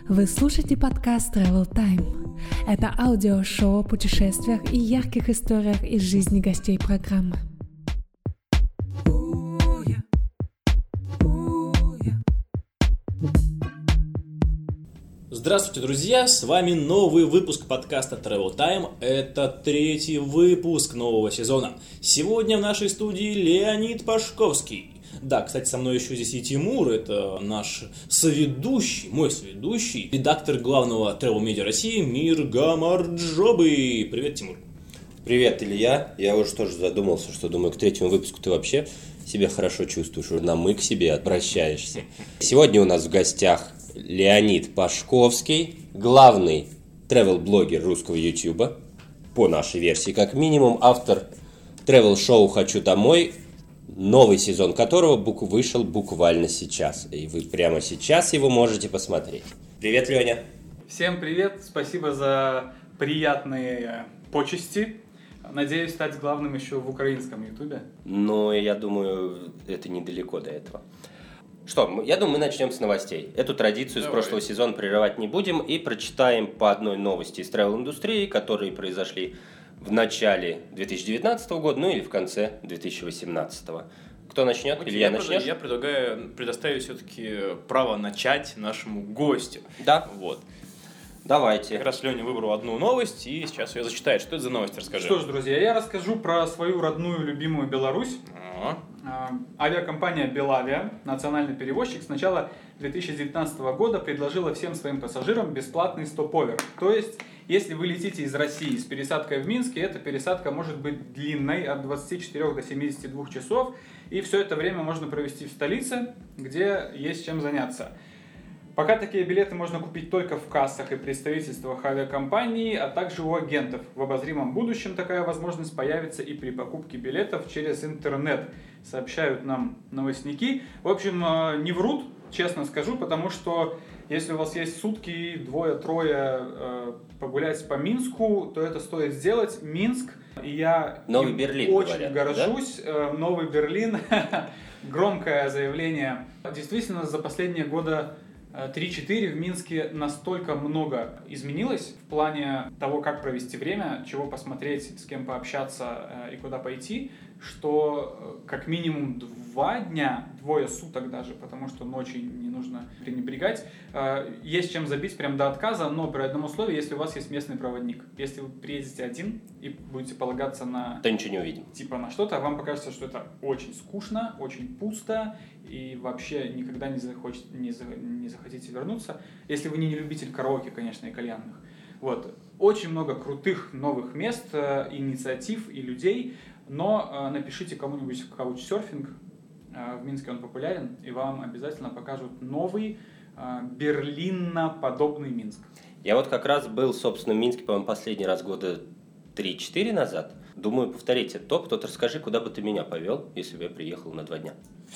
Вы слушаете подкаст Travel Time. Это аудиошоу о путешествиях и ярких историях из жизни гостей программы. Здравствуйте, друзья! С вами новый выпуск подкаста Travel Time. Это 3-й выпуск нового сезона. Сегодня в нашей студии Леонид Пашковский. Да, кстати, со мной еще здесь и Тимур, это наш соведущий, мой соведущий, редактор главного Travel Media России Мир Гамарджобы. Привет, Тимур. Привет, Илья. Я уже тоже задумался, что думаю, к 3-му выпуску ты вообще себя хорошо чувствуешь, уже на «мы» к себе обращаешься. Сегодня у нас в гостях Леонид Пашковский, главный travel-блогер русского ютуба, по нашей версии как минимум, автор travel-шоу «Хочу домой», новый сезон которого вышел буквально сейчас. И вы прямо сейчас его можете посмотреть. Привет, Леня. Всем привет, спасибо за приятные почести. Надеюсь стать главным еще в украинском ютубе. Но я думаю, это недалеко до этого. Что, я думаю, мы начнем с новостей. Эту традицию с прошлого сезона прерывать не будем и прочитаем по одной новости из travel-индустрии, которые произошли в начале 2019 года, ну или в конце 2018. Кто начнет? Илья, начнешь? Я предлагаю предоставить все-таки право начать нашему гостю. Да? Вот. Давайте. Как раз Леня выбрал одну новость, и сейчас ее зачитает. Что это за новость? Расскажи. Что ж, друзья, я расскажу про свою родную любимую Беларусь. Авиакомпания «Белавия», национальный перевозчик, с начала 2019 года предложила всем своим пассажирам бесплатный стоп-овер. То есть, если вы летите из России с пересадкой в Минске, эта пересадка может быть длинной, от 24 до 72 часов, и все это время можно провести в столице, где есть чем заняться. Пока такие билеты можно купить только в кассах и представительствах авиакомпании, а также у агентов. В обозримом будущем такая возможность появится и при покупке билетов через интернет, сообщают нам новостники. В общем, не врут, честно скажу, потому что если у вас есть сутки, 2-3 погулять по Минску, то это стоит сделать. Минск, и я Новый Берлин, очень говорят, горжусь. Да? Новый Берлин, громкое заявление. Действительно, за последние года 3-4 в Минске настолько много изменилось в плане того, как провести время, чего посмотреть, с кем пообщаться и куда пойти, что как минимум 2 дня, 2 суток даже, потому что ночью не нужно пренебрегать, есть чем забить прям до отказа, но при одном условии, если у вас есть местный проводник. Если вы приедете один и будете полагаться на... То ничего не увидим. Типа на что-то, вам покажется, что это очень скучно, очень пусто, и вообще никогда не захотите вернуться, если вы не любитель караоке, конечно, и кальянных. Вот. Очень много крутых новых мест, инициатив и людей, но напишите кому-нибудь в Couchsurfing, в Минске он популярен, и вам обязательно покажут новый Берлинно-подобный Минск. Я вот как раз был, собственно, в Минске, по-моему, последний раз года 3-4 назад. Думаю, повторить этот опыт. Расскажи, куда бы ты меня повел, если бы я приехал на 2 дня.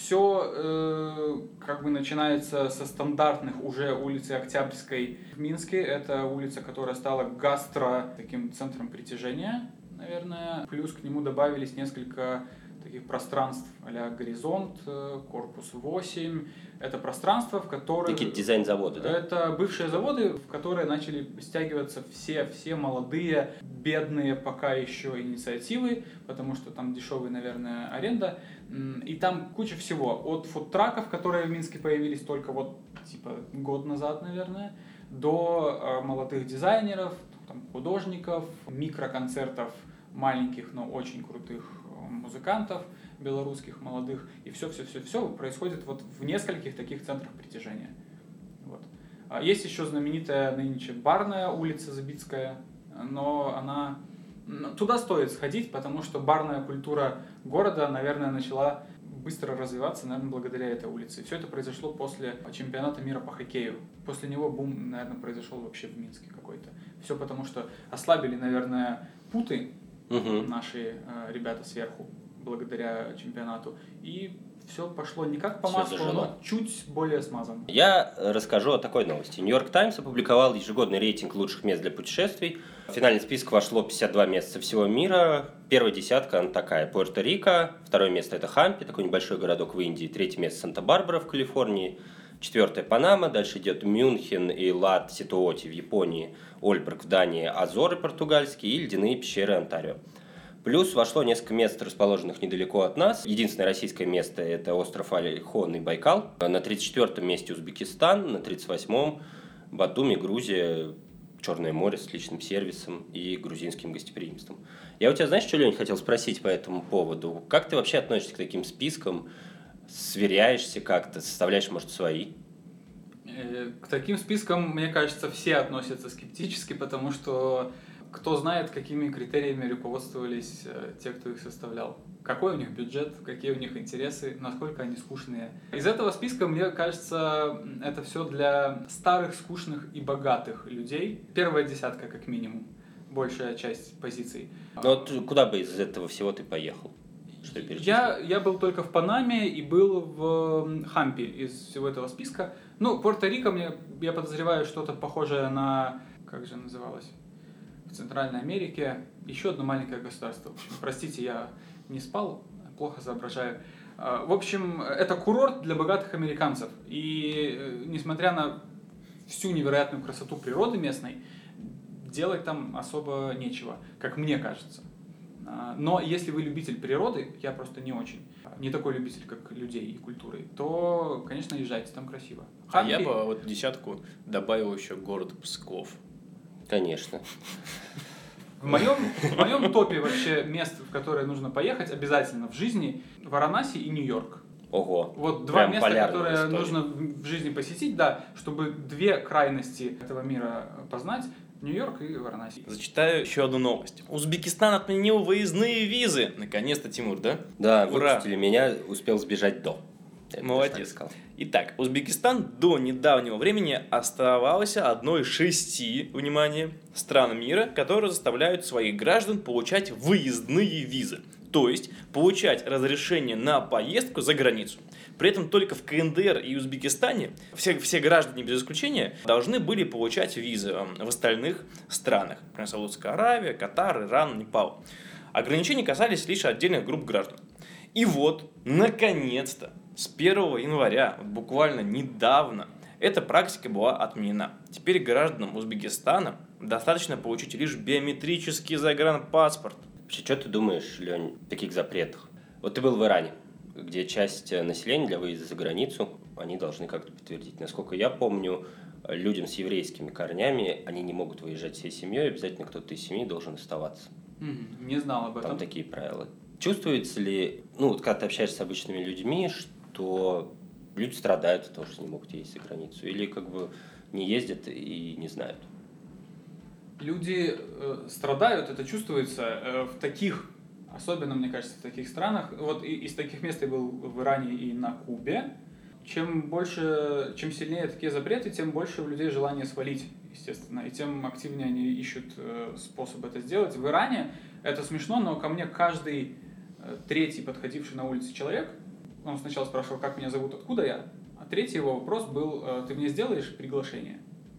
Все как бы начинается со стандартных уже улицы Октябрьской в Минске. Это улица, которая стала таким центром притяжения, наверное. Плюс к нему добавились несколько таких пространств а-ля «Горизонт», «Корпус 8». Это пространства, в которых... Какие-то дизайн-заводы, да? Это бывшие заводы, в которые начали стягиваться все молодые, бедные пока еще инициативы, потому что там дешевая, наверное, аренда. И там куча всего. От фудтраков, которые в Минске появились только год назад, наверное, до молодых дизайнеров, там, художников, микроконцертов маленьких, но очень крутых музыкантов белорусских, молодых, и все происходит вот в нескольких таких центрах притяжения. Вот. Есть еще знаменитая нынче Барная улица Забицкая, но она... Туда стоит сходить, потому что барная культура города, наверное, начала быстро развиваться, наверное, благодаря этой улице. И все это произошло после чемпионата мира по хоккею. После него бум, наверное, произошел вообще в Минске какой-то. Все потому, что ослабили, наверное, путы наши ребята сверху, благодаря чемпионату. И все пошло не как по маслу, но чуть более смазано. Я расскажу о такой новости. Нью-Йорк Таймс опубликовал ежегодный рейтинг лучших мест для путешествий. В финальный список вошло 52 места всего мира. Первая десятка, она такая: Пуэрто-Рико. Второе место — это Хампи, такой небольшой городок в Индии. Третье место — Санта-Барбара в Калифорнии. 4-я Панама, дальше идет Мюнхен и Лад Ситуоти в Японии, Ольберг в Дании, Азоры португальские и ледяные пещеры Онтарио. Плюс вошло несколько мест, расположенных недалеко от нас. Единственное российское место – это остров Ольхон и Байкал. На 34-м месте Узбекистан, на 38-м Батуми, Грузия, Черное море с личным сервисом и грузинским гостеприимством. Я у тебя, знаешь, что, Лень, хотел спросить по этому поводу? Как ты вообще относишься к таким спискам? Сверяешься как-то, составляешь, может, свои? К таким спискам, мне кажется, все относятся скептически, потому что кто знает, какими критериями руководствовались те, кто их составлял. Какой у них бюджет, какие у них интересы, насколько они скучные. Из этого списка, мне кажется, это все для старых, скучных и богатых людей. Первая десятка, как минимум, большая часть позиций. Ну вот куда бы из этого всего ты поехал? Что я был только в Панаме и был в Хампе из всего этого списка. Ну, Пуэрто-Рико, я подозреваю, что-то похожее на... Как же называлось? В Центральной Америке. Еще одно маленькое государство. Простите, я не спал, плохо соображаю. В общем, это курорт для богатых американцев. И несмотря на всю невероятную красоту природы местной, делать там особо нечего, как мне кажется. Но если вы любитель природы, я просто не очень, не такой любитель, как людей и культуры, то, конечно, езжайте, там красиво. А я бы вот десятку добавил еще город Псков. Конечно. В моем топе вообще мест, в которые нужно поехать обязательно в жизни, Варанаси и Нью-Йорк. Ого. Вот два места, которые история. нужно в жизни посетить, да, чтобы две крайности этого мира познать. Нью-Йорк и Варанаси. Зачитаю еще одну новость. Узбекистан отменил выездные визы. Наконец-то, Тимур, да? Да, Ура! выпустили меня, успел сбежать до. Молодец. Итак, Узбекистан до недавнего времени оставался одной из 6, внимание, стран мира, которые заставляют своих граждан получать выездные визы. То есть, получать разрешение на поездку за границу. При этом только в КНДР и Узбекистане все граждане без исключения должны были получать визы в остальных странах. Например, Саудовская Аравия, Катар, Иран, Непал. Ограничения касались лишь отдельных групп граждан. И вот, наконец-то, с 1 января, буквально недавно, эта практика была отменена. Теперь гражданам Узбекистана достаточно получить лишь биометрический загранпаспорт. Вообще, что ты думаешь, Лень, о таких запретах? Вот ты был в Иране, где часть населения для выезда за границу, они должны как-то подтвердить. Насколько я помню, людям с еврейскими корнями, они не могут выезжать всей семьей, обязательно кто-то из семьи должен оставаться. Не знал об этом. Там такие правила. Чувствуется ли, вот когда ты общаешься с обычными людьми, что люди страдают от того, что не могут ездить за границу? Или как бы не ездят и не знают? Люди страдают, это чувствуется в таких, особенно, мне кажется, в таких странах. Вот из таких мест я был в Иране и на Кубе. Чем сильнее такие запреты, тем больше у людей желание свалить, естественно, и тем активнее они ищут способ это сделать. В Иране это смешно, но ко мне каждый третий подходивший на улице человек, он сначала спрашивал, как меня зовут, откуда я, а третий его вопрос был, ты мне сделаешь приглашение?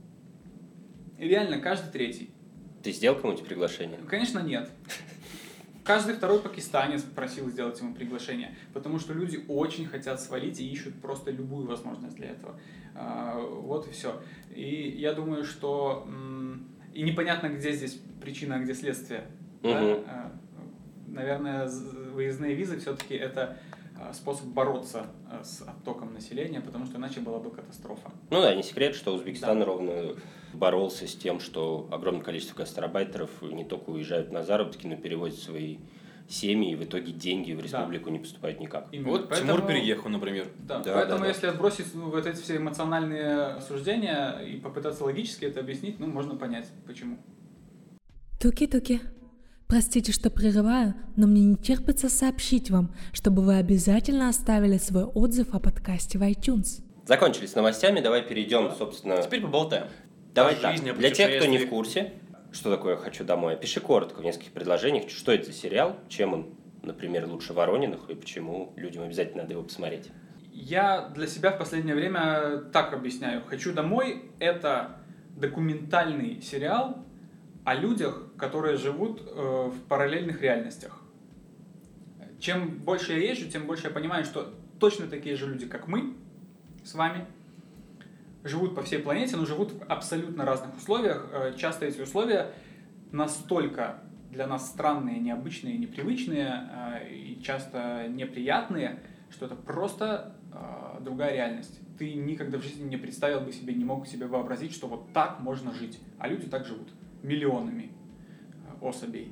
И реально каждый третий. Ты сделал кому-нибудь приглашение? Конечно, нет. Каждый второй пакистанец просил сделать ему приглашение, потому что люди очень хотят свалить и ищут просто любую возможность для этого. Вот и все. И я думаю, что... И непонятно, где здесь причина, а где следствие. Да? Наверное, выездные визы все-таки это способ бороться с оттоком населения, потому что иначе была бы катастрофа. Ну да, не секрет, что Узбекистан ровно боролся с тем, что огромное количество гастарбайтеров не только уезжают на заработки, но перевозят свои семьи, и в итоге деньги в республику не поступают никак. Именно. Вот поэтому... Тимур переехал, например. Да, поэтому если отбросить вот эти все эмоциональные суждения и попытаться логически это объяснить, можно понять, почему. Туки-туки. Простите, что прерываю, но мне не терпится сообщить вам, чтобы вы обязательно оставили свой отзыв о подкасте в iTunes. Закончили с новостями, давай перейдем, собственно... Теперь поболтаем. Давай так, для тех, кто не в курсе, что такое «Хочу домой», пиши коротко в нескольких предложениях, что это за сериал, чем он, например, лучше «Ворониных» и почему людям обязательно надо его посмотреть. Я для себя в последнее время так объясняю. «Хочу домой» — это документальный сериал о людях, которые живут в параллельных реальностях. Чем больше я езжу, тем больше я понимаю, что точно такие же люди, как мы с вами, живут по всей планете, но живут в абсолютно разных условиях. Часто эти условия настолько для нас странные, необычные, непривычные и часто неприятные, что это просто другая реальность. Ты никогда в жизни не представил бы себе, не мог себе вообразить, что вот так можно жить. А люди так живут. Миллионами особей.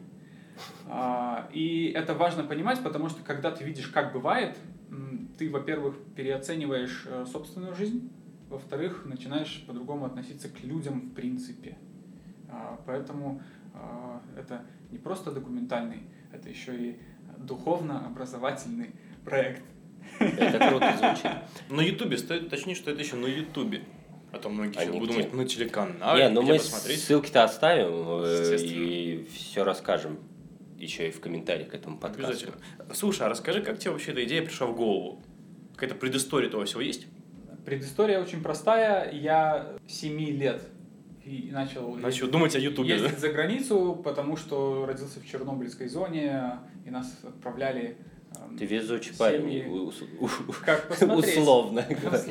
И это важно понимать, потому что когда ты видишь, как бывает, ты, во-первых, переоцениваешь собственную жизнь, во-вторых, начинаешь по-другому относиться к людям в принципе. Поэтому это не просто документальный, это еще и духовно-образовательный проект. Это круто звучит. На Ютубе, стоит уточнить, что это еще на Ютубе. А то многие будут думать, на телеканале, где мы посмотреть. Ссылки-то оставим и все расскажем еще и в комментариях к этому подкасту. Обязательно. Слушай, а расскажи, как тебе вообще эта идея пришла в голову? Какая-то предыстория этого всего есть? Предыстория очень простая. Я 7 лет и начал думать о Ютубе, ездить за границу, потому что родился в Чернобыльской зоне, и нас отправляли... Ты везучий парень, как посмотреть. Условно.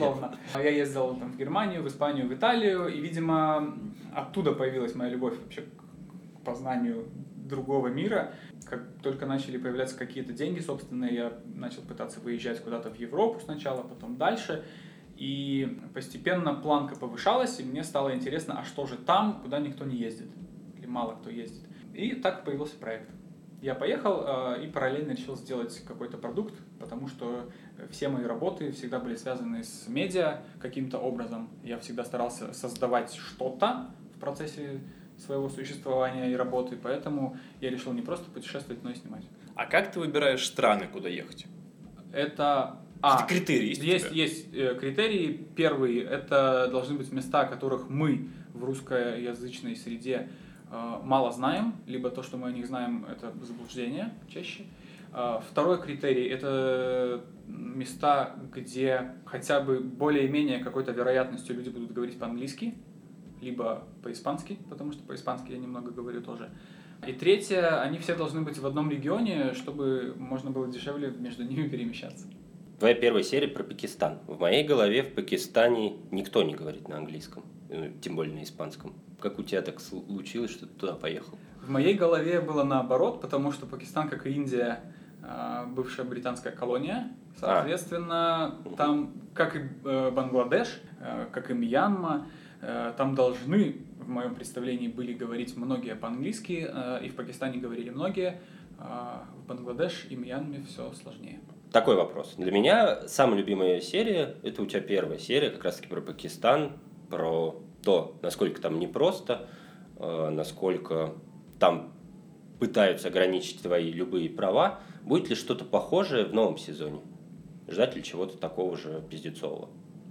Я ездил там в Германию, в Испанию, в Италию, и, видимо, оттуда появилась моя любовь вообще к познанию другого мира. Как только начали появляться какие-то деньги собственные, я начал пытаться выезжать куда-то в Европу сначала, потом дальше. И постепенно планка повышалась, и мне стало интересно, а что же там, куда никто не ездит, или мало кто ездит. И так появился проект. Я поехал и параллельно решил сделать какой-то продукт, потому что все мои работы всегда были связаны с медиа каким-то образом. Я всегда старался создавать что-то в процессе своего существования и работы, поэтому я решил не просто путешествовать, но и снимать. А как ты выбираешь страны, куда ехать? Это... Какие-то критерии есть у тебя? Есть критерии. Первый – это должны быть места, о которых мы в русскоязычной среде мало знаем, либо то, что мы о них знаем, это заблуждение чаще. Второй критерий – это места, где хотя бы более-менее какой-то вероятностью люди будут говорить по-английски, либо по-испански, потому что по-испански я немного говорю тоже. И третье – они все должны быть в одном регионе, чтобы можно было дешевле между ними перемещаться. Твоя первая серия про Пакистан. В моей голове в Пакистане никто не говорит на английском, тем более на испанском. Как у тебя так случилось, что ты туда поехал? В моей голове было наоборот, потому что Пакистан, как и Индия, бывшая британская колония. Соответственно, там, как и Бангладеш, как и Мьянма, там должны, в моем представлении, были говорить многие по-английски, и в Пакистане говорили многие, а в Бангладеш и Мьянме все сложнее. Такой вопрос. Для меня самая любимая серия – это у тебя первая серия, как раз-таки про Пакистан, про то, насколько там непросто, насколько там пытаются ограничить твои любые права. Будет ли что-то похожее в новом сезоне? Ждать ли чего-то такого же пиздецового?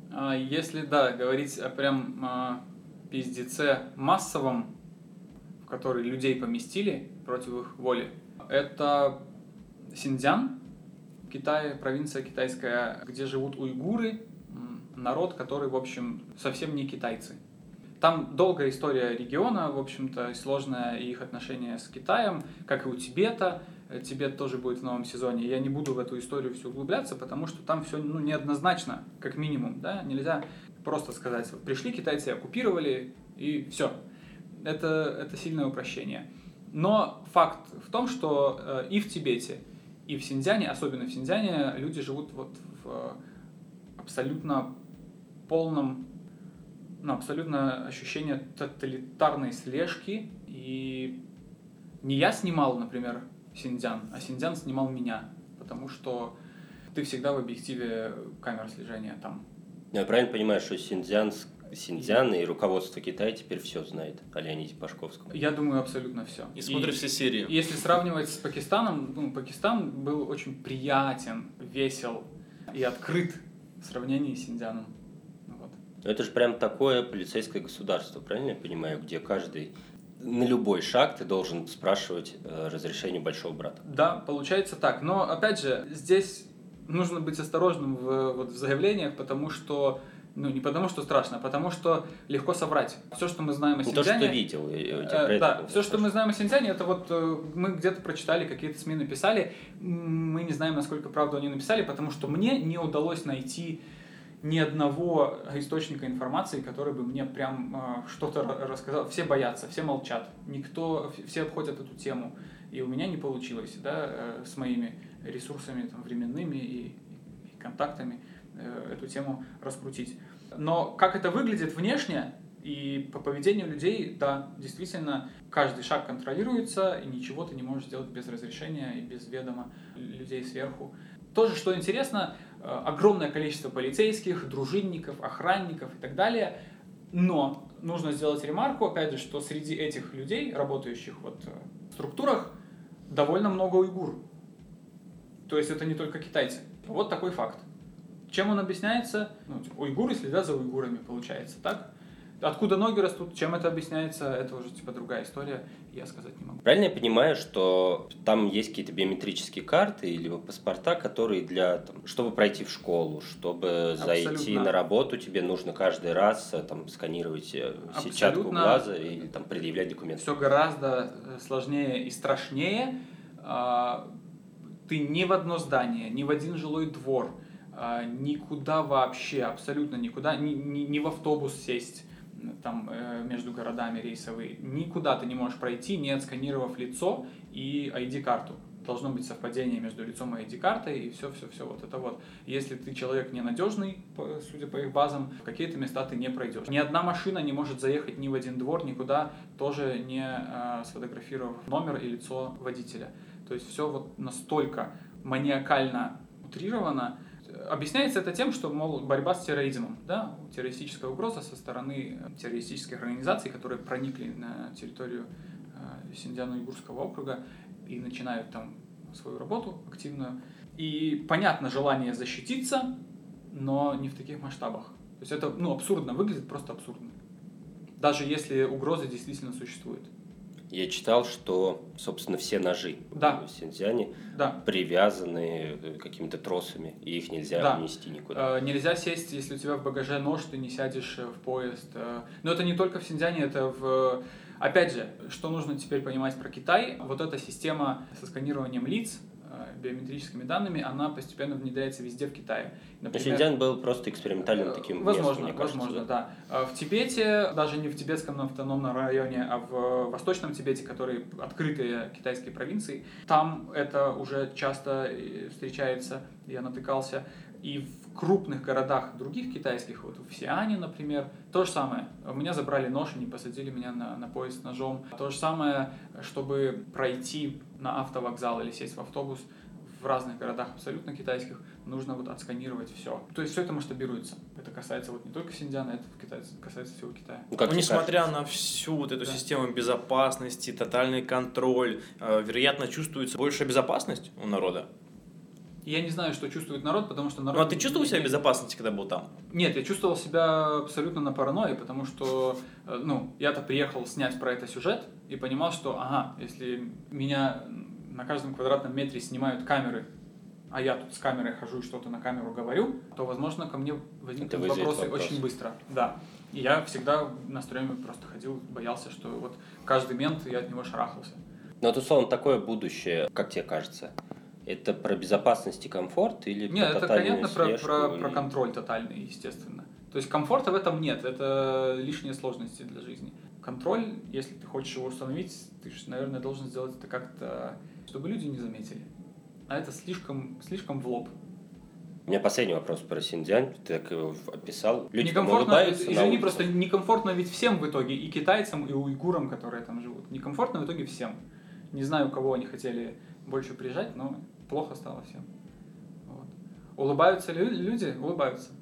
Если, говорить о прям пиздеце массовом, в который людей поместили против их воли, это Синьцзян, Китай, провинция китайская, где живут уйгуры, народ, который, в общем, совсем не китайцы. Там долгая история региона, в общем-то, сложная, и их отношения с Китаем, как и у Тибета. Тибет тоже будет в новом сезоне. Я не буду в эту историю всю углубляться, потому что там все неоднозначно, как минимум. Да? Нельзя просто сказать, вот пришли китайцы, оккупировали, и все. Это сильное упрощение. Но факт в том, что и в Тибете, и в Синьцзяне, особенно в Синьцзяне, люди живут вот в абсолютно полном, абсолютно ощущение тоталитарной слежки. И не я снимал, например, Синьцзян, а Синьцзян снимал меня, потому что ты всегда в объективе камер слежения там. Я правильно понимаю, что Синьцзян и руководство Китая теперь все знает о Леониде Пашковском? Я думаю, абсолютно все. И смотришь все серии. Если сравнивать с Пакистаном, Пакистан был очень приятен, весел и открыт в сравнении с Синьцзяном. Вот. Это же прям такое полицейское государство, правильно я понимаю, где каждый на любой шаг ты должен спрашивать разрешение большого брата. Да, получается так. Но, опять же, здесь нужно быть осторожным в заявлениях, потому что не потому, что страшно, а потому, что легко соврать. Все, что мы знаем о Синьцзяне... То, что видел. Да, все, что мы знаем о Синьцзяне, это вот мы где-то прочитали, какие-то СМИ написали. Мы не знаем, насколько правду они написали, потому что мне не удалось найти ни одного источника информации, который бы мне прям что-то рассказал. Все боятся, все молчат, все обходят эту тему. И у меня не получилось, да, с моими ресурсами там, временными и контактами эту тему раскрутить. Но как это выглядит внешне и по поведению людей, да, действительно, каждый шаг контролируется, и ничего ты не можешь сделать без разрешения и без ведома людей сверху. Тоже, что интересно, огромное количество полицейских, дружинников, охранников и так далее, но нужно сделать ремарку, опять же, что среди этих людей, работающих вот в структурах, довольно много уйгур. То есть это не только китайцы. Вот такой факт. Чем он объясняется? Уйгуры следят за уйгурами, получается, так? Откуда ноги растут, чем это объясняется, это уже другая история, я сказать не могу. Правильно я понимаю, что там есть какие-то биометрические карты или паспорта, которые чтобы пройти в школу, чтобы зайти на работу, тебе нужно каждый раз сканировать сетчатку глаза или предъявлять документы? Все гораздо сложнее и страшнее. Ты ни в одно здание, ни в один жилой двор, никуда вообще, абсолютно никуда, ни в автобус сесть, между городами рейсовые, никуда ты не можешь пройти, не отсканировав лицо и ID-карту. Должно быть совпадение между лицом и ID-картой, и все вот это вот. Если ты человек ненадежный, судя по их базам, в какие-то места ты не пройдешь. Ни одна машина не может заехать ни в один двор, никуда, тоже не сфотографировав номер и лицо водителя. То есть все вот настолько маниакально утрировано. Объясняется это тем, что, мол, борьба с терроризмом, да, террористическая угроза со стороны террористических организаций, которые проникли на территорию Синьцзян-Уйгурского округа и начинают там свою работу активную. И понятно желание защититься, но не в таких масштабах. То есть это абсурдно выглядит, просто абсурдно. Даже если угроза действительно существует. Я читал, что, собственно, все ножи в Синьцзяне привязаны какими-то тросами, и их нельзя нести никуда. Нельзя сесть, если у тебя в багаже нож, ты не сядешь в поезд. Но это не только в Синьцзяне, это Опять же, что нужно теперь понимать про Китай, вот эта система со сканированием лиц, биометрическими данными, она постепенно внедряется везде в Китае. Например, Синьцзян был просто экспериментальным таким местом, мне кажется. Возможно, да. В Тибете, даже не в Тибетском автономном районе, а в Восточном Тибете, который открытые китайские провинции, там это уже часто встречается, я натыкался. И в крупных городах других китайских, вот в Сиане, например, то же самое. У меня забрали нож и не посадили меня на поезд с ножом. То же самое, чтобы пройти на автовокзал или сесть в автобус в разных городах абсолютно китайских, нужно отсканировать все. То есть все это масштабируется. Это касается не только Синьцзяна, это касается всего Китая. Несмотря на всю эту систему безопасности, тотальный контроль, вероятно, чувствуется большая безопасность у народа. Я не знаю, что чувствует народ, потому что народ... А ты чувствовал себя в безопасности, когда был там? Нет, я чувствовал себя абсолютно на паранойи, потому что, я-то приехал снять про это сюжет и понимал, что, если меня на каждом квадратном метре снимают камеры, а я тут с камерой хожу и что-то на камеру говорю, то, возможно, ко мне возникнут вопросы очень быстро. Да. И я всегда на стреме просто ходил, боялся, что каждый мент, я от него шарахался. Но это, условно, такое будущее, как тебе кажется? Это про безопасность и комфорт или про тотальную слежку? Нет, это понятно про контроль тотальный, естественно. То есть комфорта в этом нет, это лишние сложности для жизни. Контроль, если ты хочешь его установить, ты же, наверное, должен сделать это как-то, чтобы люди не заметили. А это слишком в лоб. У меня последний вопрос про Синьцзянь. Ты так его описал. Люди улыбаются. Извини, просто некомфортно ведь всем в итоге, и китайцам, и уйгурам, которые там живут. Некомфортно в итоге всем. Не знаю, у кого они хотели больше приезжать, но плохо стало всем. Улыбаются ли люди? Улыбаются.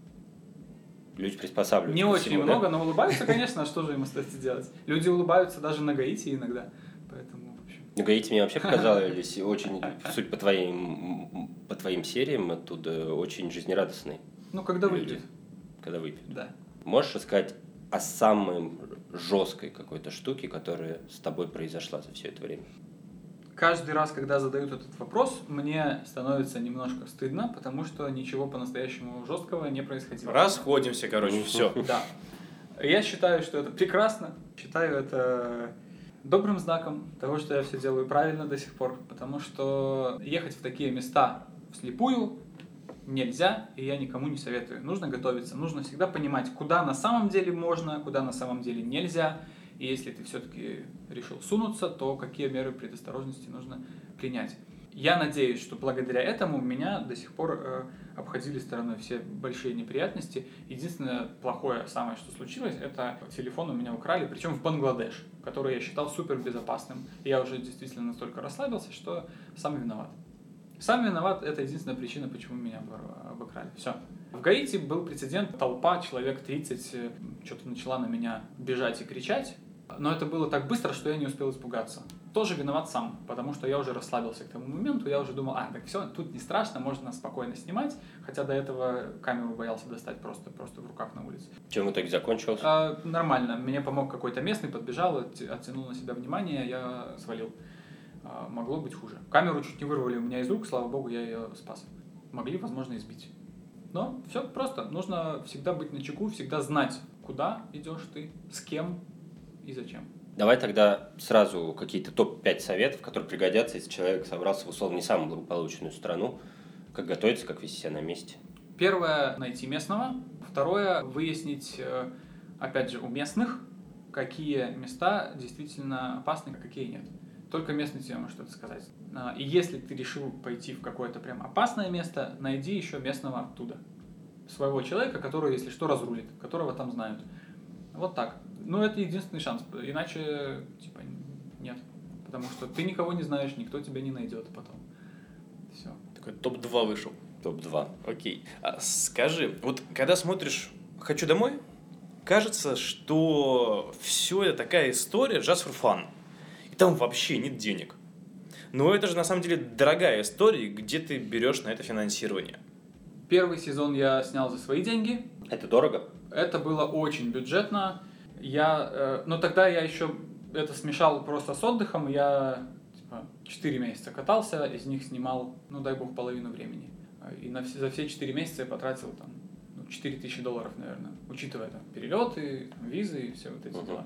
Люди приспосабливаются. Не очень много, но улыбаются, конечно, а что же им остается делать? Люди улыбаются даже на Гаити иногда. Поэтому, в общем... Гаити мне вообще показалось очень, суть по твоим сериям, оттуда очень жизнерадостные. Когда выпьют. Когда выпьют. Да. Можешь рассказать о самой жесткой какой-то штуке, которая с тобой произошла за все это время? Каждый раз, когда задают этот вопрос, мне становится немножко стыдно, потому что ничего по-настоящему жесткого не происходило. Расходимся, все. Да. Я считаю, что это прекрасно. Считаю это добрым знаком того, что я все делаю правильно до сих пор. Потому что ехать в такие места вслепую нельзя, и я никому не советую. Нужно готовиться, нужно всегда понимать, куда на самом деле можно, куда на самом деле нельзя. И если ты все-таки решил сунуться, то какие меры предосторожности нужно принять. Я надеюсь, что благодаря этому меня до сих пор обходили стороной все большие неприятности. Единственное плохое, самое, что случилось, это телефон у меня украли, причем в Бангладеш, который я считал супер безопасным. И я уже действительно настолько расслабился, что сам виноват. Сам виноват, это единственная причина, почему меня обокрали. Все. В Гаити был прецедент, толпа, человек 30, что-то начала на меня бежать и кричать. Но это было так быстро, что я не успел испугаться. Тоже виноват сам, потому что я уже расслабился к тому моменту, я уже думал, так все, тут не страшно, можно спокойно снимать, хотя до этого камеру боялся достать просто в руках на улице. Чем в итоге закончилось? Нормально, мне помог какой-то местный, подбежал, оттянул на себя внимание, я свалил. Могло быть хуже. Камеру чуть не вырвали у меня из рук, слава богу, я ее спас. Могли, возможно, избить. Но все просто, нужно всегда быть начеку, всегда знать, куда идешь ты, с кем и зачем. Давай тогда сразу какие-то топ-5 советов, которые пригодятся, если человек собрался в условно не самую благополучную страну. Как готовиться, как вести себя на месте. Первое – найти местного. Второе – выяснить, опять же, у местных, какие места действительно опасны, а какие нет. Только местный тебе может что-то сказать. И если ты решил пойти в какое-то прям опасное место, найди еще местного оттуда. Своего человека, который, если что, разрулит, которого там знают. Вот так. Ну, это единственный шанс. Иначе, нет. Потому что ты никого не знаешь, никто тебя не найдет потом. Все. Такой топ-2 вышел. Топ-2. Окей. Скажи, вот когда смотришь «Хочу домой», кажется, что все это такая история just for fun. И там вообще нет денег. Но это же на самом деле дорогая история, где ты берешь на это финансирование. Первый сезон я снял за свои деньги. Это дорого? Это было очень бюджетно. Но тогда я еще это смешал просто с отдыхом. Я 4 месяца катался, из них снимал, дай бог, половину времени. И за все 4 месяца я потратил там $4000, наверное, учитывая там перелеты, визы и все вот эти дела.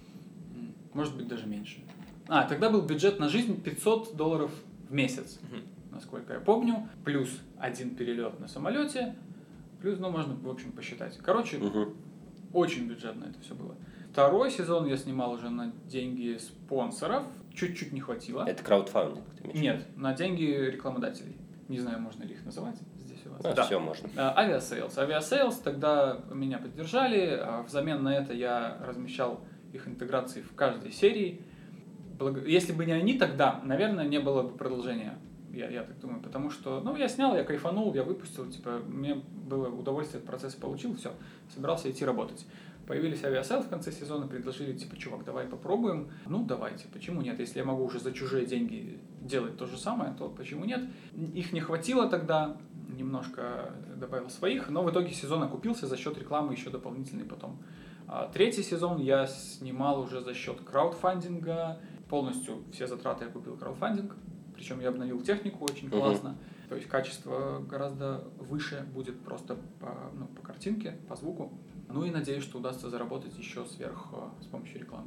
Может быть, даже меньше. Тогда был бюджет на жизнь $500 в месяц, насколько я помню, плюс 1 перелет на самолете, плюс, можно, в общем, посчитать. Короче, очень бюджетно это все было. Второй сезон я снимал уже на деньги спонсоров, чуть-чуть не хватило. Это краудфандинг, ты имеешь? Нет, на деньги рекламодателей. Не знаю, можно ли их называть здесь у вас. Да, все можно. Авиасейлс, тогда меня поддержали, взамен на это я размещал их интеграции в каждой серии. Если бы не они тогда, наверное, не было бы продолжения. Я так думаю, потому что, я снял, я кайфанул, я выпустил, мне было удовольствие от процесса получил, все, собирался идти работать. Появились авиасейлс в конце сезона, предложили, чувак, давай попробуем. Давайте, почему нет? Если я могу уже за чужие деньги делать то же самое, то почему нет? Их не хватило тогда, немножко добавил своих, но в итоге сезон окупился за счет рекламы еще дополнительный потом. Третий сезон я снимал уже за счет краудфандинга, полностью все затраты я купил краудфандинг. Причем я обновил технику очень классно. То есть качество гораздо выше будет просто по картинке, по звуку. И надеюсь, что удастся заработать еще сверх с помощью рекламы.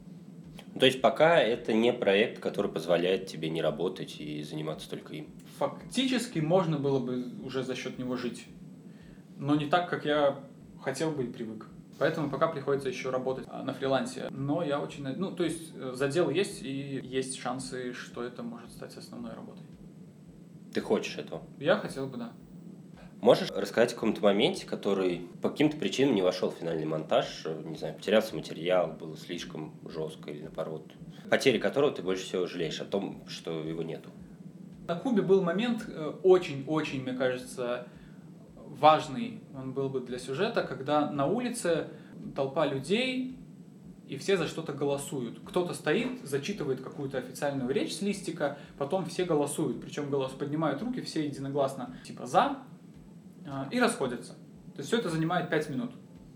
То есть пока это не проект, который позволяет тебе не работать и заниматься только им? Фактически можно было бы уже за счет него жить. Но не так, как я хотел бы и привык. Поэтому пока приходится еще работать на фрилансе. Но я очень... то есть задел есть, и есть шансы, что это может стать основной работой. Ты хочешь этого? Я хотел бы, да. Можешь рассказать о каком-то моменте, который по каким-то причинам не вошел в финальный монтаж? Не знаю, потерялся материал, было слишком жестко или наоборот. Потери которого ты больше всего жалеешь о том, что его нету? На Кубе был момент очень-очень, мне кажется, важный, он был бы для сюжета, когда на улице толпа людей, и все за что-то голосуют. Кто-то стоит, зачитывает какую-то официальную речь с листика, потом все голосуют, причем поднимают руки, все единогласно, «за», и расходятся. То есть все это занимает 5 минут.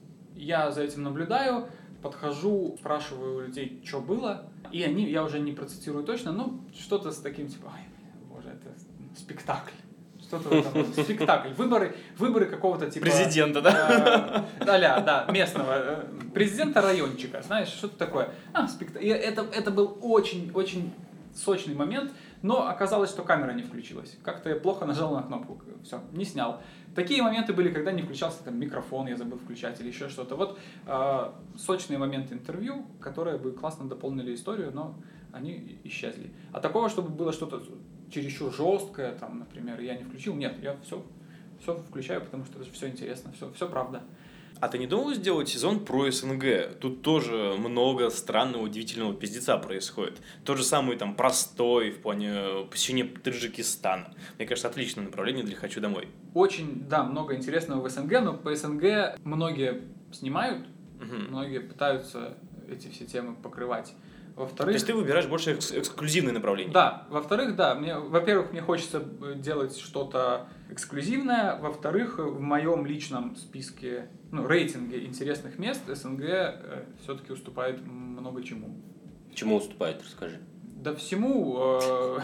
Я за этим наблюдаю, подхожу, спрашиваю у людей, что было, и я уже не процитирую точно, что-то с таким, ой, боже, это спектакль. Что-то в этом, спектакль. Выборы какого-то типа... Президента, да? Да, местного. Президента райончика, знаешь, что-то такое. Это был очень-очень сочный момент, но оказалось, что камера не включилась. Как-то я плохо нажал на кнопку, все, не снял. Такие моменты были, когда не включался там микрофон, я забыл включать или еще что-то. Вот сочные моменты интервью, которые бы классно дополнили историю, но они исчезли. А такого, чтобы было что-то чересчур жесткое, там, например, я не включил, нет, я все включаю, потому что это же все интересно, все правда. А ты не думал сделать сезон про СНГ? Тут тоже много странного, удивительного пиздеца происходит. Тот же самый там простой в плане посещения Таджикистана. Мне кажется, отличное направление для «Хочу домой». Очень, да, много интересного в СНГ, но по СНГ многие снимают, многие пытаются эти все темы покрывать. Во-вторых, то есть ты выбираешь больше эксклюзивные направления? Да. Во-вторых, да, во-первых, мне хочется делать что-то эксклюзивное. Во-вторых, в моем личном списке, рейтинге интересных мест СНГ все-таки уступает много чему. Чему уступает, расскажи. Да всему.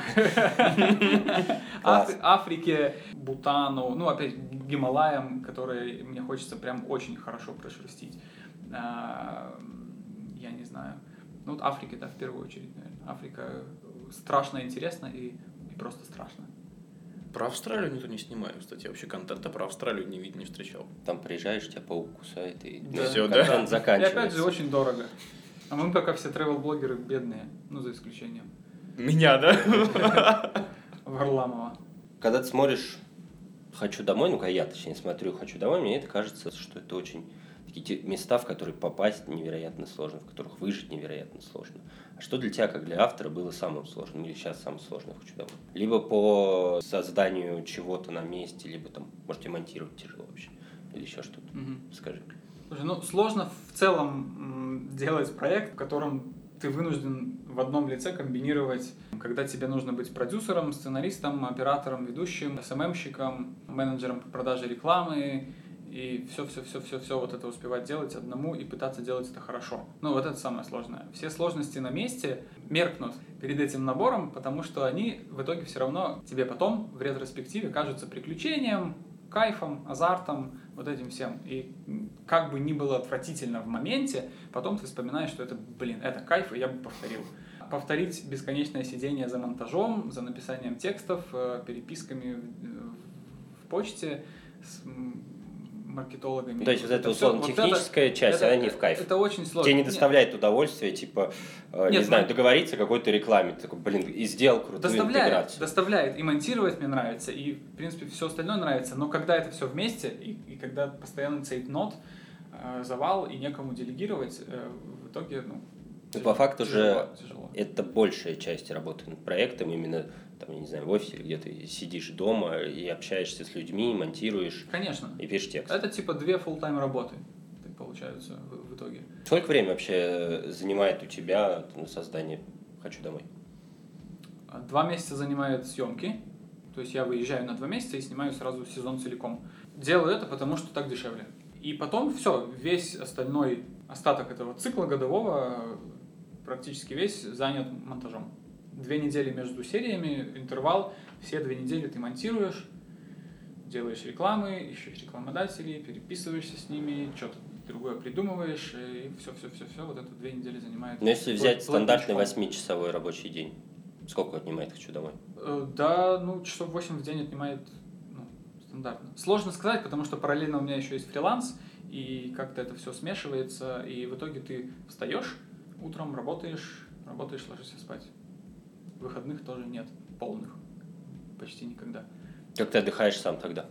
Африке, Бутану, опять Гималаям, которые мне хочется прям очень хорошо прошерстить. Я не знаю. Африка, да, в первую очередь, наверное. Африка страшно интересна и просто страшно. Про Австралию никто не снимает, кстати. Я вообще контента про Австралию не встречал. Там приезжаешь, тебя паук кусает, и все, да? контент заканчивается. И опять же, очень дорого. А мы пока все тревел-блогеры бедные, за исключением меня, да? Варламова. Когда ты смотришь «Хочу домой», когда я, точнее, смотрю «Хочу домой», мне это кажется, что это очень такие места, в которые попасть невероятно сложно, в которых выжить невероятно сложно. А что для тебя, как для автора, было самым сложным или сейчас самым сложным в «Хочу домой»? Либо по созданию чего-то на месте, либо там, может, и монтировать тяжело вообще, или еще что-то. Скажи. Слушай, сложно в целом делать проект, в котором ты вынужден в одном лице комбинировать, когда тебе нужно быть продюсером, сценаристом, оператором, ведущим, СММщиком, менеджером по продаже рекламы, и все вот это успевать делать одному и пытаться делать это хорошо. Вот это самое сложное. Все сложности на месте меркнут перед этим набором, потому что они в итоге все равно тебе потом в ретроспективе кажутся приключением, кайфом, азартом, вот этим всем. И как бы ни было отвратительно в моменте, потом ты вспоминаешь, что это кайф, и я бы повторил. Повторить бесконечное сидение за монтажом, за написанием текстов, переписками в почте с маркетологами. То есть вот эта условно-техническая часть, она не в кайф. Это очень сложно. Тебе не доставляет удовольствия, договориться о какой-то рекламе. Ты такой, и сделал крутую интеграцию. Доставляет. И монтировать мне нравится, и, в принципе, все остальное нравится. Но когда это все вместе, и когда постоянно цейтнот, завал, и некому делегировать, в итоге, по факту тяжело. Это большая часть работы над проектом, именно там, я не знаю, в офисе, где ты сидишь дома и общаешься с людьми, монтируешь. Конечно. И пишешь текст. Это типа 2 full-time работы, получаются в итоге. Сколько времени вообще занимает у тебя на создание «Хочу домой»? 2 месяца занимает съемки. То есть я выезжаю на 2 месяца и снимаю сразу сезон целиком. Делаю это, потому что так дешевле. И потом все, весь остальной остаток этого цикла годового, практически весь занят монтажом. 2 недели между сериями, интервал, все 2 недели ты монтируешь, делаешь рекламы, ищешь рекламодателей, переписываешься с ними, что-то другое придумываешь, и все, вот это 2 недели занимает. Но если взять стандартный 8-часовой рабочий день, сколько отнимает «Хочу домой»? Да, часов 8 в день отнимает стандартно. Сложно сказать, потому что параллельно у меня еще есть фриланс, и как-то это все смешивается, и в итоге ты встаешь, утром работаешь, ложишься спать. Выходных тоже нет, полных, почти никогда. Как ты отдыхаешь сам тогда?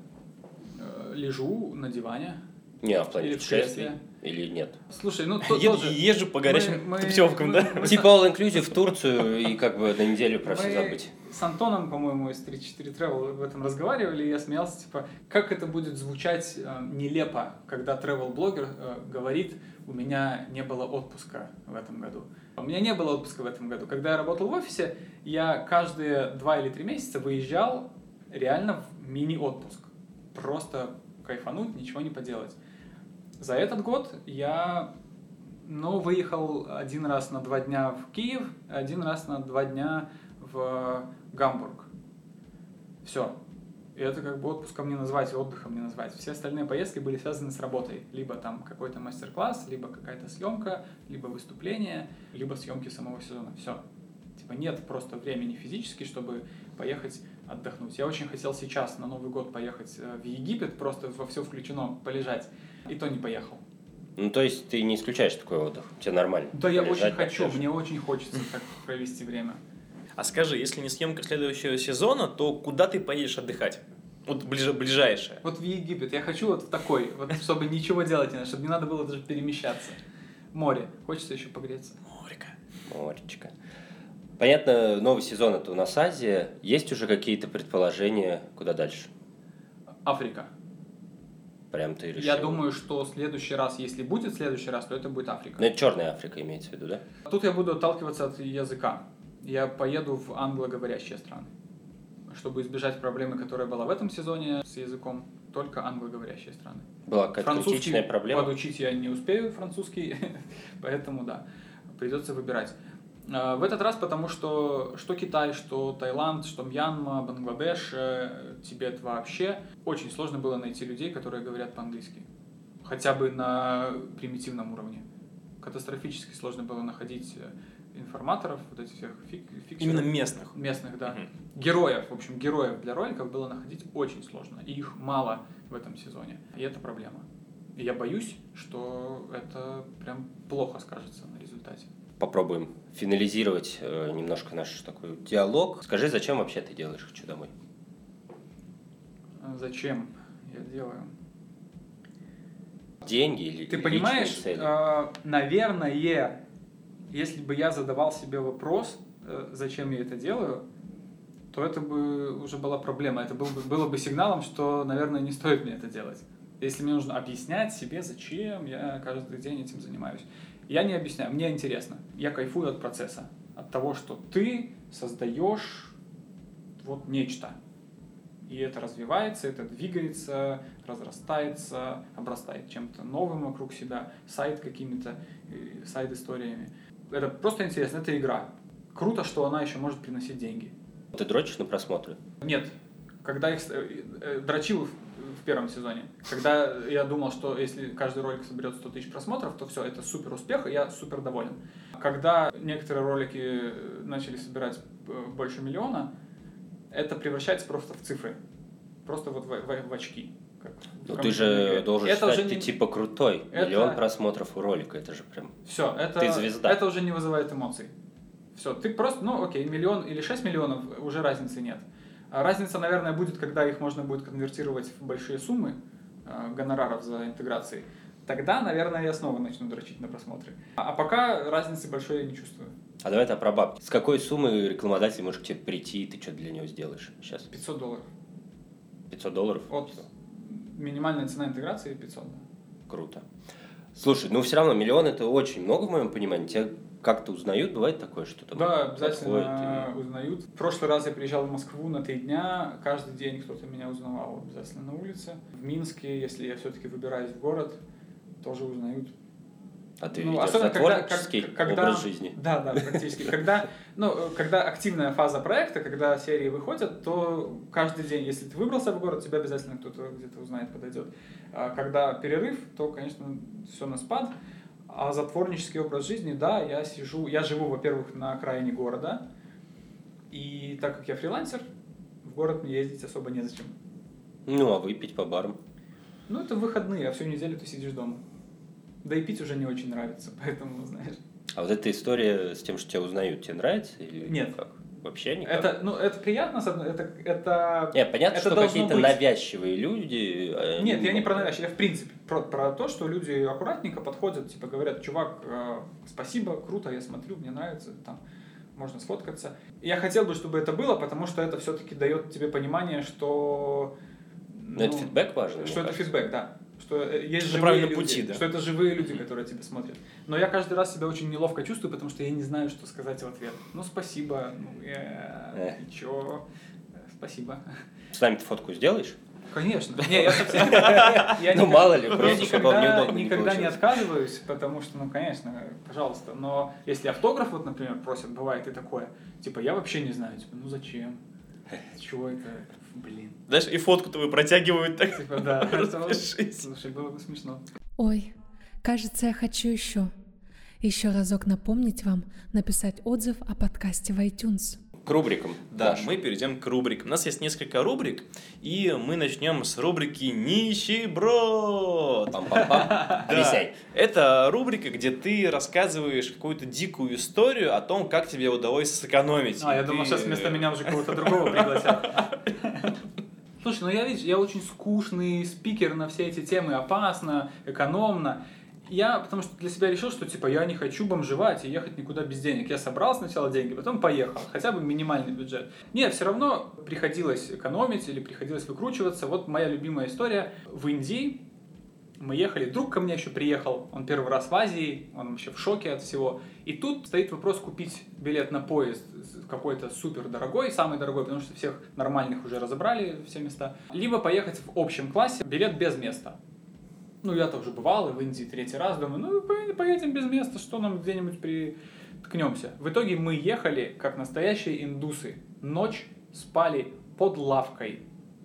Лежу на диване. Не, а в плане путешествий или нет? Слушай, езжу по горячим путевкам, да? Типа all-inclusive в Турцию и как бы на неделю про все забыть. С Антоном, по-моему, из 34 Travel в этом разговаривали, и я смеялся, типа, как это будет звучать нелепо, когда travel-блогер говорит: у меня не было отпуска в этом году. У меня не было отпуска в этом году. Когда я работал в офисе, я каждые 2 или 3 месяца выезжал реально в мини-отпуск. Просто кайфануть, ничего не поделать. За этот год я, выехал 1 раз на 2 дня в Киев, 1 раз на 2 дня в Гамбург. Все. И это как бы отпуском не назвать, и отдыхом не назвать. Все остальные поездки были связаны с работой. Либо там какой-то мастер-класс, либо какая-то съемка, либо выступление, либо съемки самого сезона. Все. Типа нет просто времени физически, чтобы поехать отдохнуть. Я очень хотел сейчас на Новый год поехать в Египет, просто во все включено полежать, и то не поехал. Ну, то есть ты не исключаешь такой отдых? Тебе нормально? Да, я очень Полежать, хочу, отдохнуть? мне очень хочется так провести время. А скажи, если не съемка следующего сезона, то куда ты поедешь отдыхать? Вот ближайшее. Вот в Египет. Я хочу вот в такой, вот, чтобы ничего делать не надо, чтобы не надо было даже перемещаться. Море. Хочется еще погреться. Морика. Моречка. Понятно, новый сезон это у нас Азия. Есть уже какие-то предположения, куда дальше? Африка. Прям ты решил? Я думаю, что следующий раз, если будет следующий раз, то это будет Африка. Ну, это Черная Африка имеется в виду, да? Тут я буду отталкиваться от языка. Я поеду в англоговорящие страны. Чтобы избежать проблемы, которая была в этом сезоне с языком, только англоговорящие страны. Была какая-то критичная проблема? Подучить я не успею французский, поэтому да, придется выбирать. В этот раз потому, что Китай, что Таиланд, что Мьянма, Бангладеш, Тибет вообще, очень сложно было найти людей, которые говорят по-английски. Хотя бы на примитивном уровне. Катастрофически сложно было находить информаторов, вот этих всех фиксеров. Именно местных. Местных, да. Героев, в общем, героев для роликов было находить очень сложно. И их мало в этом сезоне. И это проблема. И я боюсь, что это прям плохо скажется на результате. Попробуем финализировать немножко наш такой диалог. Скажи, зачем вообще ты делаешь «Хочу домой»? Зачем я делаю? Деньги или Ты личные понимаешь, цели? наверное, если бы я задавал себе вопрос, зачем я это делаю, то это бы уже была проблема. Это было бы сигналом, что, наверное, не стоит мне это делать. Если мне нужно объяснять себе, зачем я каждый день этим занимаюсь. Я не объясняю, мне интересно. Я кайфую от процесса, от того, что ты создаешь вот нечто. И это развивается, это двигается, разрастается, обрастает чем-то новым вокруг себя, сайт какими-то, сайд-историями. Это просто интересно, это игра. Круто, что она еще может приносить деньги. Ты дрочишь на просмотры? Нет. Когда их дрочил в первом сезоне, когда я думал, что если каждый ролик соберет 100 тысяч просмотров, то все, это супер успех, и я супер доволен. Когда некоторые ролики начали собирать больше миллиона, это превращается просто в цифры. Просто вот в очки. Ну ты же должен считать, ты типа крутой. Миллион просмотров у ролика, это же прям... Все, ты звезда. Это уже не вызывает эмоций. Все, ты просто, миллион или 6 миллионов, уже разницы нет. А разница, наверное, будет, когда их можно будет конвертировать в большие суммы гонораров за интеграцией. Тогда, наверное, я снова начну дрочить на просмотры. А пока разницы большой я не чувствую. А давай это про бабки. С какой суммы рекламодатель может к тебе прийти, и ты что для него сделаешь сейчас? $500. $500? От минимальная цена интеграции 500, да. Круто. Слушай, все равно миллион это очень много в моем понимании. Тебя как-то узнают, бывает такое, что-то? Да, обязательно узнают. В прошлый раз я приезжал в Москву на 3 дня, каждый день кто-то меня узнавал обязательно на улице. В Минске, если я все-таки выбираюсь в город, тоже узнают. А ты ведешь творческий образ жизни? Да, практически. Когда активная фаза проекта, когда серии выходят, то каждый день, если ты выбрался в город, тебя обязательно кто-то где-то узнает, подойдет. А когда перерыв, то, конечно, все на спад. А за творческий образ жизни, да, я живу, во-первых, на окраине города, и так как я фрилансер, в город мне ездить особо незачем. А выпить по барам? Это в выходные, а всю неделю ты сидишь дома. Да и пить уже не очень нравится, поэтому, знаешь. А вот эта история с тем, что тебя узнают, тебе нравится? Или нет. Как? Вообще никак? Это приятно, это понятно, что какие-то быть навязчивые люди... Нет, я не про навязчивые, я в принципе про то, что люди аккуратненько подходят, типа говорят, чувак, спасибо, круто, я смотрю, мне нравится, там, можно сфоткаться. Я хотел бы, чтобы это было, потому что это все-таки дает тебе понимание, что... это фидбэк важно? Что это фидбэк, да. Что есть живые люди, пути, да. что это живые люди, которые тебя смотрят. Но я каждый раз себя очень неловко чувствую, потому что я не знаю, что сказать в ответ. Спасибо, и чё, спасибо. С нами ты фотку сделаешь? Конечно. Не, я совсем... мало ли, просто чтобы вам неудобно никогда не отказываюсь, потому что, конечно, пожалуйста. Но если автограф, вот, например, просят, бывает и такое, типа, я вообще не знаю, типа, зачем? Чего это? Блин. Знаешь, и фотку твою протягивают так. Типа, да. Слушай, было бы смешно. Ой, кажется, я хочу еще. еще разок напомнить вам написать отзыв о подкасте в iTunes. К рубрикам. Да, Даш. мы перейдем к рубрикам. У нас есть несколько рубрик, и мы начнем с рубрики «Нищеброд». Пам-пам-пам. Объясняй. Это рубрика, где ты рассказываешь какую-то дикую историю о том, как тебе удалось сэкономить. Я думал, сейчас вместо меня уже кого-то другого пригласят. Слушай, я очень скучный спикер на все эти темы, опасно, экономно. Я потому что для себя решил, что я не хочу бомжевать и ехать никуда без денег. Я собрал сначала деньги, потом поехал. Хотя бы минимальный бюджет. Нет, все равно приходилось экономить или приходилось выкручиваться. Вот моя любимая история. В Индии мы ехали, друг ко мне еще приехал. Он первый раз в Азии, он вообще в шоке от всего. И тут стоит вопрос купить билет на поезд какой-то супер дорогой, самый дорогой, потому что всех нормальных уже разобрали все места. Либо поехать в общем классе, билет без места. Я-то уже бывал и в Индии 3-й раз, думаю, поедем без места, что нам где-нибудь приткнемся. В итоге мы ехали, как настоящие индусы. Ночь спали под лавкой.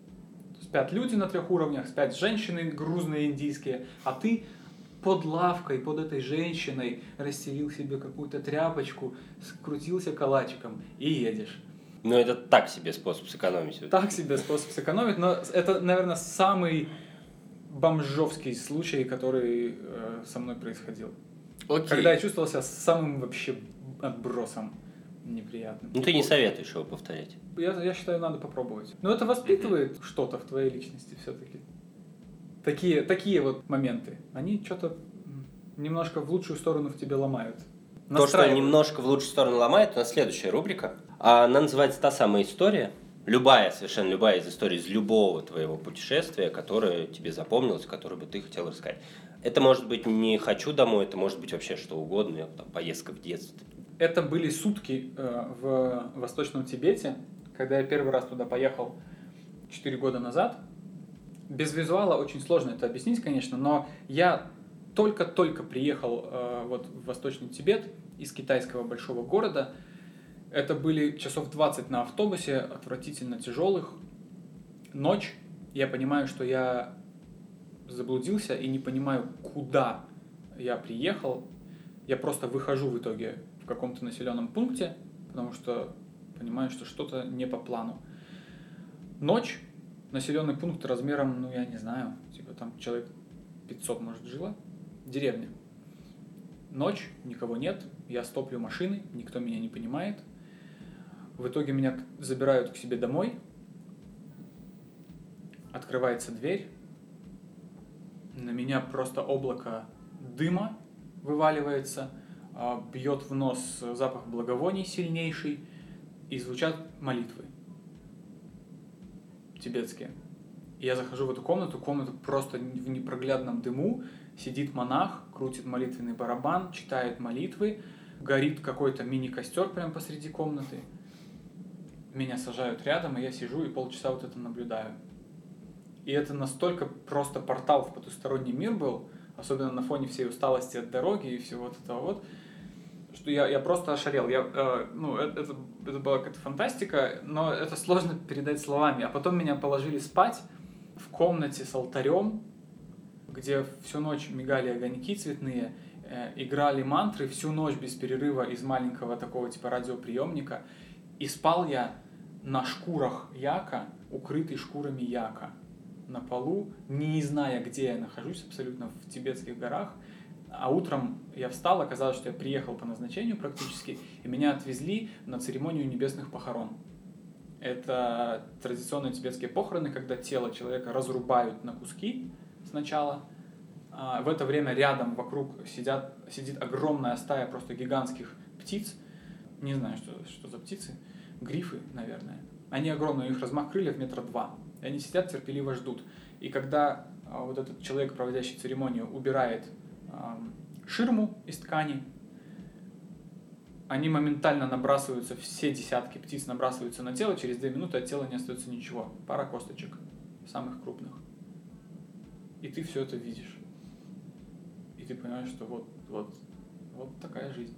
Спят люди на 3 уровнях, спят женщины грузные индийские, а ты под лавкой, под этой женщиной расстелил себе какую-то тряпочку, скрутился калачиком и едешь. Это так себе способ сэкономить. Так себе способ сэкономить, но это, наверное, самый бомжовский случай, который со мной происходил. Окей. Когда я чувствовал себя самым вообще отбросом неприятным. Ты не советуешь его повторять. Я считаю, надо попробовать. Но это воспитывает что-то в твоей личности все-таки. Такие вот моменты, они что-то немножко в лучшую сторону в тебе ломают. То, что немножко в лучшую сторону ломает, у нас следующая рубрика. Она называется «Та самая история». Совершенно любая из историй из любого твоего путешествия, которое тебе запомнилось, которое бы ты хотел рассказать. Это может быть не «хочу домой», это может быть вообще что угодно, поездка в детстве. Это были сутки в Восточном Тибете, когда я первый раз туда поехал 4 года назад. Без визуала очень сложно это объяснить, конечно, но я только-только приехал в Восточный Тибет из китайского большого города. Это были часов 20 на автобусе, отвратительно тяжелых. Ночь. Я понимаю, что я заблудился и не понимаю, куда я приехал. Я просто выхожу в итоге в каком-то населенном пункте, потому что понимаю, что что-то не по плану. Ночь. Населенный пункт размером, я не знаю, там человек 500, может, жило. Деревня. Ночь, никого нет. Я стоплю машины, никто меня не понимает. В итоге меня забирают к себе домой. Открывается дверь. На меня просто облако дыма вываливается. Бьет в нос запах благовоний сильнейший. И звучат молитвы тибетские. И я захожу в эту комнату просто в непроглядном дыму. Сидит монах, крутит молитвенный барабан, читает молитвы. Горит какой-то мини-костер прямо посреди комнаты. Меня сажают рядом, и я сижу и полчаса вот это наблюдаю. И это настолько просто портал в потусторонний мир был, особенно на фоне всей усталости от дороги и всего вот этого что я просто ошалел. Это была какая-то фантастика, но это сложно передать словами. А потом меня положили спать в комнате с алтарем, где всю ночь мигали огоньки цветные, играли мантры всю ночь без перерыва из маленького такого радиоприемника. И спал я на шкурах яка, укрытый шкурами яка, на полу, не зная, где я нахожусь, абсолютно в тибетских горах. А утром я встал, оказалось, что я приехал по назначению практически, и меня отвезли на церемонию небесных похорон. Это традиционные тибетские похороны, когда тело человека разрубают на куски сначала. В это время рядом, вокруг сидит огромная стая просто гигантских птиц. Не знаю, что за птицы. Грифы, наверное. Они огромные, у них размах крыльев 2 метра. И они сидят, терпеливо ждут. И когда вот этот человек, проводящий церемонию, убирает ширму из ткани, они моментально набрасываются, все десятки птиц набрасываются на тело, через 2 минуты от тела не остается ничего. Пара косточек, самых крупных. И ты все это видишь. И ты понимаешь, что вот такая жизнь.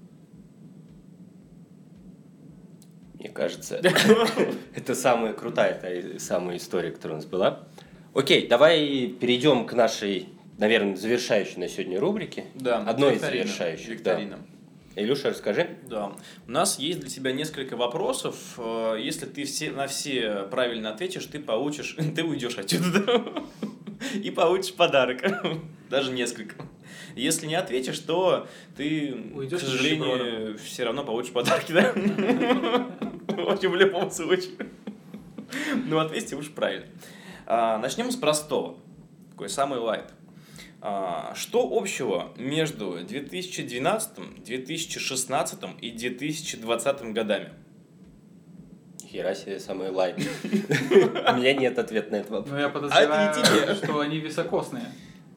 Мне кажется, это самая крутая самая история, которая у нас была. Окей, давай перейдем к нашей, наверное, завершающей на сегодня рубрике. Да, одной из завершающих. Викторина. Да. Илюша, расскажи. Да. У нас есть для тебя несколько вопросов. Если ты на все правильно ответишь, ты уйдешь отсюда и получишь подарок. Даже несколько. Если не ответишь, то ты, Уйдешь, к сожалению, все равно получишь подарки, да? В общем, в любом случае. Ну, ответьте уж правильно. Начнем с простого. Такой самый лайт. Что общего между 2012, 2016 и 2020 годами? Хера себе, самый лайт. У меня нет ответа на этот вопрос. Но я подозреваю, это не тебе. что они високосные.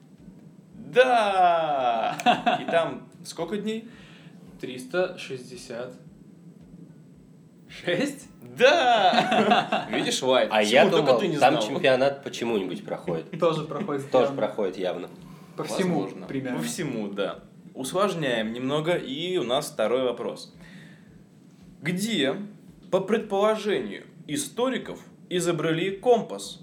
Да! И там сколько дней? 366? Да! Видишь, лайт. А я Только думал, ты не там знал. чемпионат почему-нибудь проходит. Тоже проходит. Тоже прям проходит явно. По всему, Возможно. примерно. По всему, да. Усложняем немного, и у нас второй вопрос. Где, по предположению историков, изобрели компас?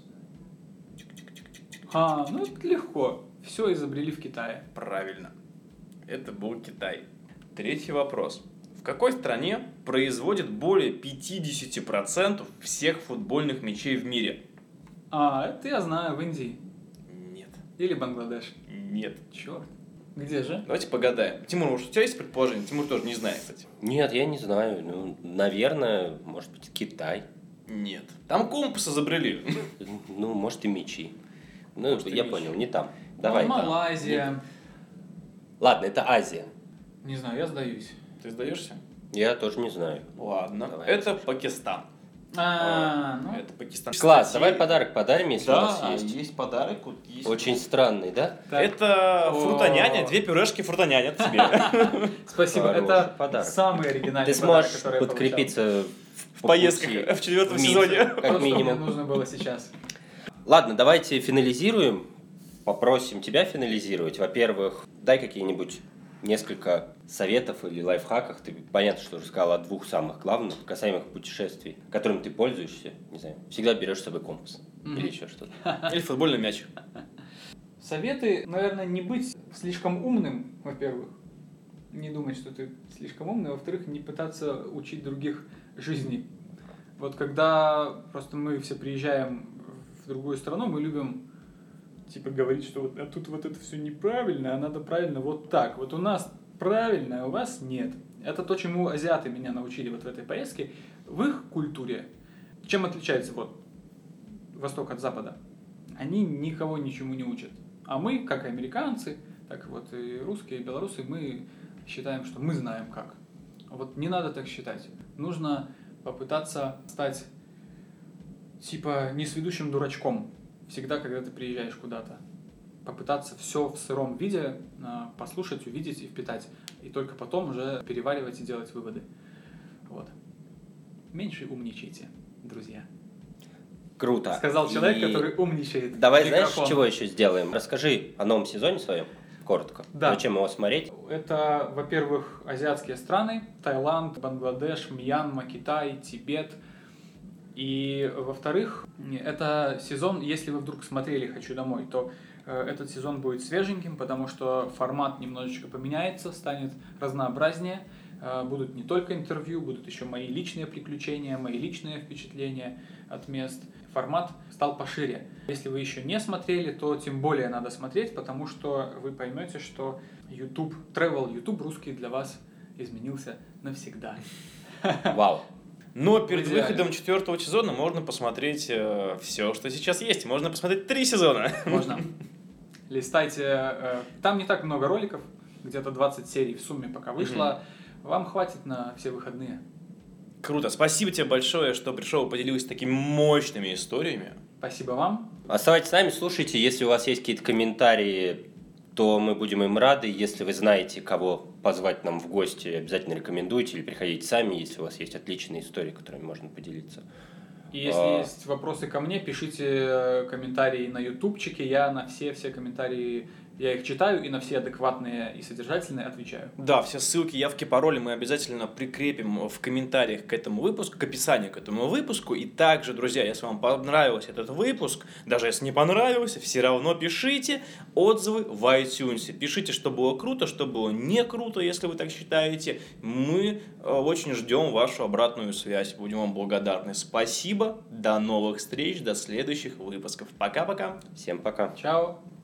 Ну это легко. Все изобрели в Китае. Правильно. Это был Китай. Третий вопрос. В какой стране производят более 50% всех футбольных мячей в мире? Это я знаю, в Индии. Нет. Или Бангладеш. Нет. Черт. Где же? Давайте погадаем. Тимур, может, у тебя есть предположение? Тимур тоже не знает, кстати. Нет, я не знаю. Ну, наверное, может быть, Китай. Нет. Там компас изобрели. Ну, может, и мечи. Ну, Может, и я мечи. понял, не там. Давай. Малайзия. Ладно, это Азия. Не знаю, я сдаюсь. Ты сдаешься? Я тоже не знаю. Ладно. Давай. Это Пакистан. Это Пакистан. Класс, Кстати, давай подарок подарим, если у Да, нас есть. есть подарок. Вот есть. Очень странный, да? Так. Это О. фрутоняня, 2 пюрешки фрутоняня от тебе. Спасибо, Хороший это подарок. самый оригинальный Ты подарок, сможешь который я подкрепиться В поездках в 4-м в МИД, сезоне. получал. То, как что мне минимум. нужно было сейчас. Ладно, давайте финализируем. Попросим тебя финализировать. Во-первых, дай какие-нибудь несколько советов или лайфхаков. Ты, понятно, что уже сказал о 2 самых главных, касаемых путешествий, которым ты пользуешься. Не знаю, всегда берешь с собой компас. Или еще что-то. Или футбольный мяч. Советы, наверное, не быть слишком умным, во-первых. Не думать, что ты слишком умный. Во-вторых, не пытаться учить других жизни. Вот когда просто мы все приезжаем в другую страну, мы любим типа говорить, что вот тут вот это все неправильно, а надо правильно вот так. Вот у нас правильно, а у вас нет. Это то, чему азиаты меня научили вот в этой поездке. В их культуре, чем отличается вот Восток от Запада? Они никого ничему не учат. А мы, как и американцы, так вот и русские, и белорусы, мы считаем, что мы знаем как. Вот не надо так считать. Нужно попытаться стать типа несведущим дурачком. Всегда, когда ты приезжаешь куда-то. Попытаться все в сыром виде послушать, увидеть и впитать. И только потом уже переваривать и делать выводы. Вот. Меньше умничайте, друзья. Круто. Сказал человек, И который умничает. Давай, в знаешь, микрофон. чего еще сделаем? Расскажи о новом сезоне своем, коротко. Да. Зачем его смотреть? Это, во-первых, азиатские страны. Таиланд, Бангладеш, Мьянма, Китай, Тибет. И, во-вторых, это сезон, если вы вдруг смотрели «Хочу домой», то этот сезон будет свеженьким, потому что формат немножечко поменяется, станет разнообразнее. Будут не только интервью, будут еще мои личные приключения, мои личные впечатления от мест. Формат стал пошире. Если вы еще не смотрели, то тем более надо смотреть, потому что вы поймете, что YouTube, Travel YouTube русский для вас изменился навсегда. Вау. Но перед Идеально. выходом 4-го сезона можно посмотреть все, что сейчас есть. Можно посмотреть 3 сезона. Можно. Листайте. Там не так много роликов, где-то 20 серий в сумме пока вышло. Вам хватит на все выходные. Круто. Спасибо тебе большое, что пришел и поделился такими мощными историями. Спасибо вам. Оставайтесь с нами, слушайте. Если у вас есть какие-то комментарии, то мы будем им рады. Если вы знаете, кого позвать нам в гости, обязательно рекомендуйте или приходите сами, если у вас есть отличные истории, которыми можно поделиться. И если есть вопросы ко мне, пишите комментарии на ютубчике. Я на все комментарии Я их читаю и на все адекватные и содержательные отвечаю. Да, все ссылки, явки, пароли мы обязательно прикрепим в комментариях к этому выпуску, к описанию к этому выпуску. И также, друзья, если вам понравился этот выпуск, даже если не понравился, все равно пишите отзывы в iTunes. Пишите, что было круто, что было не круто, если вы так считаете. Мы очень ждем вашу обратную связь. Будем вам благодарны. Спасибо, до новых встреч, до следующих выпусков. Пока-пока. Всем пока. Чао.